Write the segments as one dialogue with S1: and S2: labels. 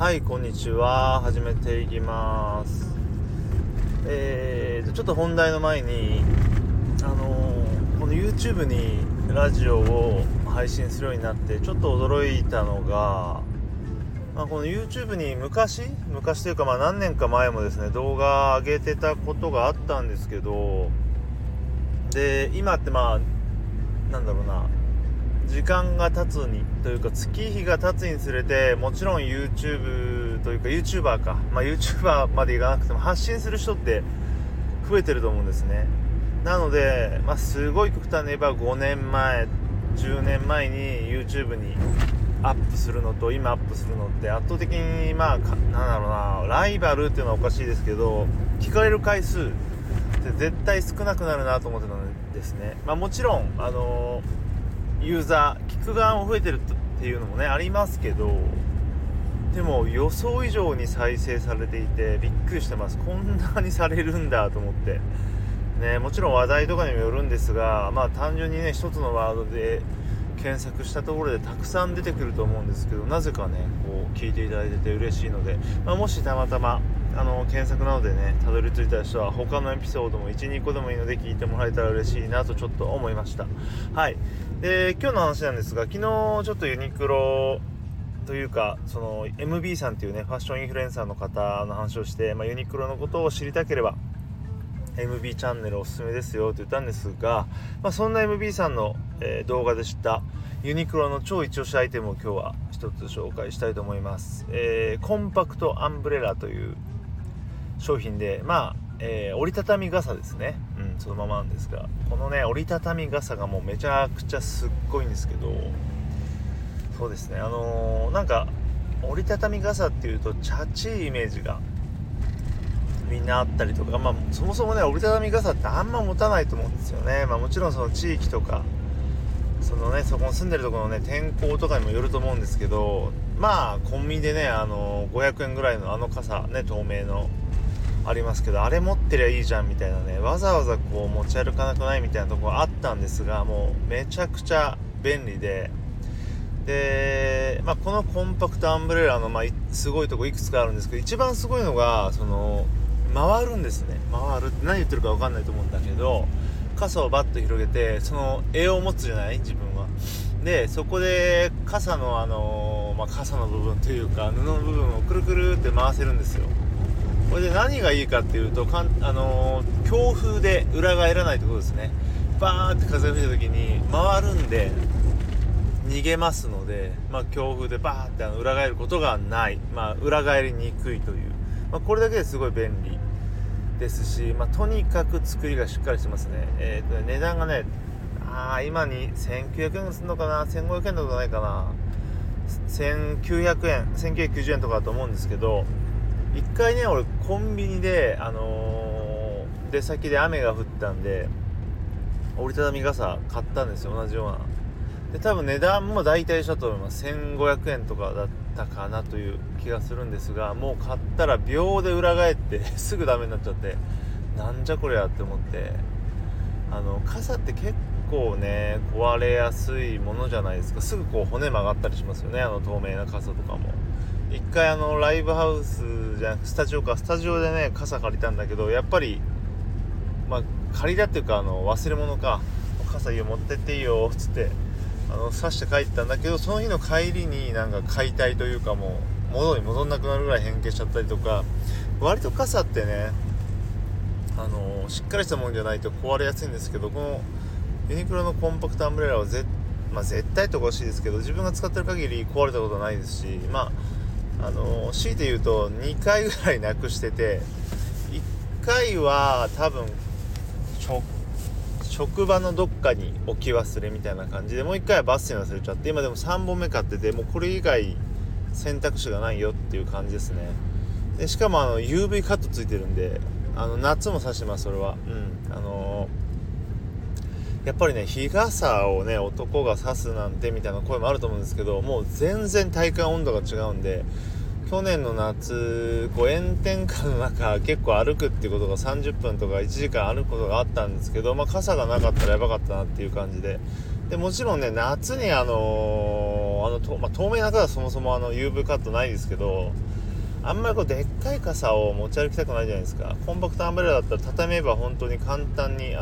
S1: はい、こんにちは。始めていきます。ちょっと本題の前に、この YouTube にラジオを配信するようになってちょっと驚いたのが、この YouTube に昔というか、何年か前もですね、動画上げてたことがあったんですけど、で、今って時間が経つにというか月日が経つにつれて、もちろん YouTube というか YouTuber か、YouTuber までいかなくても発信する人って増えてると思うんですね。なので、すごい極端に言えば5年前10年前に YouTube にアップするのと今アップするのって圧倒的にライバルっていうのはおかしいですけど、聞かれる回数って絶対少なくなるなと思ってたんですね。もちろんユーザー聞く側も増えてるっていうのもねありますけど、でも予想以上に再生されていてびっくりしてます。こんなにされるんだと思ってね。もちろん話題とかにもよるんですが、単純にね一つのワードで検索したところでたくさん出てくると思うんですけど、なぜかねこう聞いていただいてて嬉しいので、もしたまたま検索などでねたどり着いた人は他のエピソードも 1,2 個でもいいので聞いてもらえたら嬉しいなとちょっと思いました。はい。で、今日の話なんですが、昨日ちょっとユニクロというかその MB さんっていうねファッションインフルエンサーの方の話をして、ユニクロのことを知りたければ MB チャンネルおすすめですよと言ったんですが、そんな MB さんの、動画で知ったユニクロの超一押しアイテムを今日は一つ紹介したいと思います。コンパクトアンブレラという商品で、折りたたみ傘ですね。そのままなんですが、このね折りたたみ傘がもうめちゃくちゃすっごいんですけど、そうですね、折りたたみ傘っていうとチャチいイメージがみんなあったりとか、そもそもね折りたたみ傘ってあんま持たないと思うんですよね。もちろんその地域とかそこの住んでるところのね天候とかにもよると思うんですけど、コンビニでね500円ぐらいの傘ね透明のありますけど、あれ持ってりゃいいじゃんみたいなね、わざわざこう持ち歩かなくないみたいなところあったんですが、もうめちゃくちゃ便利で、このコンパクトアンブレラのすごいとこいくつかあるんですけど、一番すごいのが回るんですね。回るって何言ってるか分かんないと思うんだけど、傘をバッと広げてその柄を持つじゃない、自分は。でそこで傘の傘の部分というか布の部分をくるくるって回せるんですよ。これで何がいいかっていうと、強風で裏返らないってことですね。バーって風が吹いた時に回るんで逃げますので、強風でバーって裏返ることがない、裏返りにくいという、これだけですごい便利ですし、とにかく作りがしっかりしてますね。値段がね今に1900円するのかな、1500円とかないかな、1990円とかだと思うんですけど、一回ね俺コンビニで出先で雨が降ったんで折りたたみ傘買ったんですよ、同じような。で多分値段も大体したと思います。1500円とかだったかなという気がするんですが、もう買ったら秒で裏返ってすぐダメになっちゃって、なんじゃこりゃって思って、傘って結構ね壊れやすいものじゃないですか。すぐこう骨曲がったりしますよね、透明な傘とかも。一回ライブハウスじゃなくスタジオでね傘借りたんだけど、やっぱり借りたっていうか忘れ物か、傘いいよ持ってっていいよっつって刺して帰ったんだけど、その日の帰りに解体というか、もう元に戻んなくなるぐらい変形しちゃったりとか。割と傘ってねしっかりしたものじゃないと壊れやすいんですけど、このユニクロのコンパクトアンブレラは絶対っておかしいですけど、自分が使ってる限り壊れたことはないですし、強いて言うと2回ぐらいなくしてて、1回は多分職場のどっかに置き忘れみたいな感じで、もう1回はバスに忘れちゃって、今でも3本目買ってて、もうこれ以外選択肢がないよっていう感じですね。でしかもUV カットついてるんで夏も差してます。それはやっぱりね日傘をね男が差すなんてみたいな声もあると思うんですけど、もう全然体感温度が違うんで、去年の夏炎天下の中結構歩くっていうことが30分とか1時間歩くことがあったんですけど、傘がなかったらやばかったなっていう感じで、もちろんね夏に透明な傘はそもそもUV カットないですけど、 あんまりこうでっかい傘を持ち歩きたくないじゃないですか。コンパクトアンブレラだったら畳めば本当に簡単に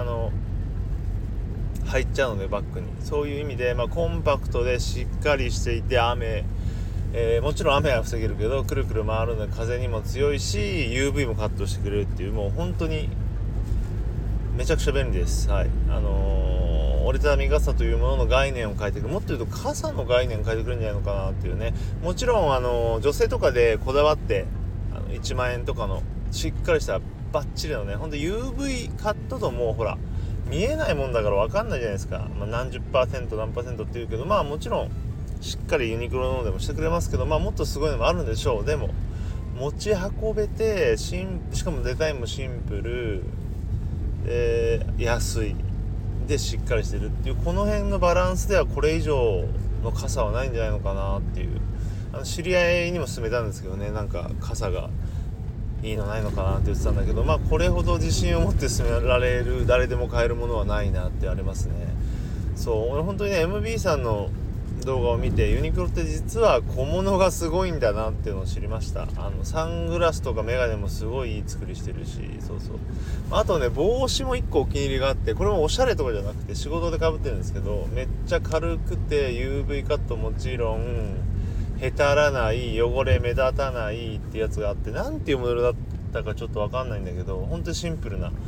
S1: 入っちゃうので、バッグに。そういう意味で、コンパクトでしっかりしていてもちろん雨は防げるけどくるくる回るので風にも強いし UV もカットしてくれるっていう、もう本当にめちゃくちゃ便利です。はい。折りたたみ傘というものの概念を変えてくる、もっと言うと傘の概念を変えてくるんじゃないのかなっていうね。もちろん女性とかでこだわって1万円とかのしっかりしたバッチリのね、ほんと UV カットともうほら見えないもんだから分かんないじゃないですか。何十パーセント何パーセントっていうけど、もちろんしっかりユニクロのでもしてくれますけど、もっとすごいのもあるんでしょう。でも持ち運べてしかもデザインもシンプルで安いでしっかりしてるっていう、この辺のバランスではこれ以上の傘はないんじゃないのかなっていう。知り合いにも勧めたんですけどね、なんか傘がいいのないのかなって言ってたんだけど、これほど自信を持って勧められる誰でも買えるものはないなってありますね。そう、俺本当にね MB さんの動画を見てユニクロって実は小物がすごいんだなっていうのを知りました。サングラスとかメガネもすごいいい作りしてるし、そうあとね帽子も1個お気に入りがあって、これもおしゃれとかじゃなくて仕事で被ってるんですけど、めっちゃ軽くて UV カットもちろんへたらない汚れ目立たないってやつがあって、なんていうモデルだったかちょっと分かんないんだけど、本当にシンプルな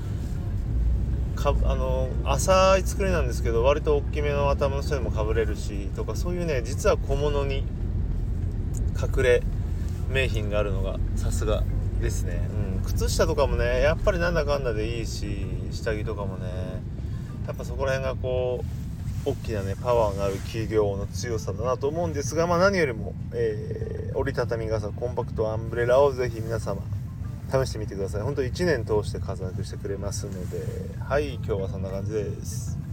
S1: 浅い作りなんですけど、割と大きめの頭の人でも被れるしとか、そういうね実は小物に隠れ名品があるのがさすがですね。靴下とかもねやっぱりなんだかんだでいいし、下着とかもねやっぱそこら辺がこう大きなねパワーがある企業の強さだなと思うんですが、何よりも、折りたたみ傘コンパクトアンブレラをぜひ皆様試してみてください。本当1年通して活躍してくれますので、はい、今日はそんな感じです。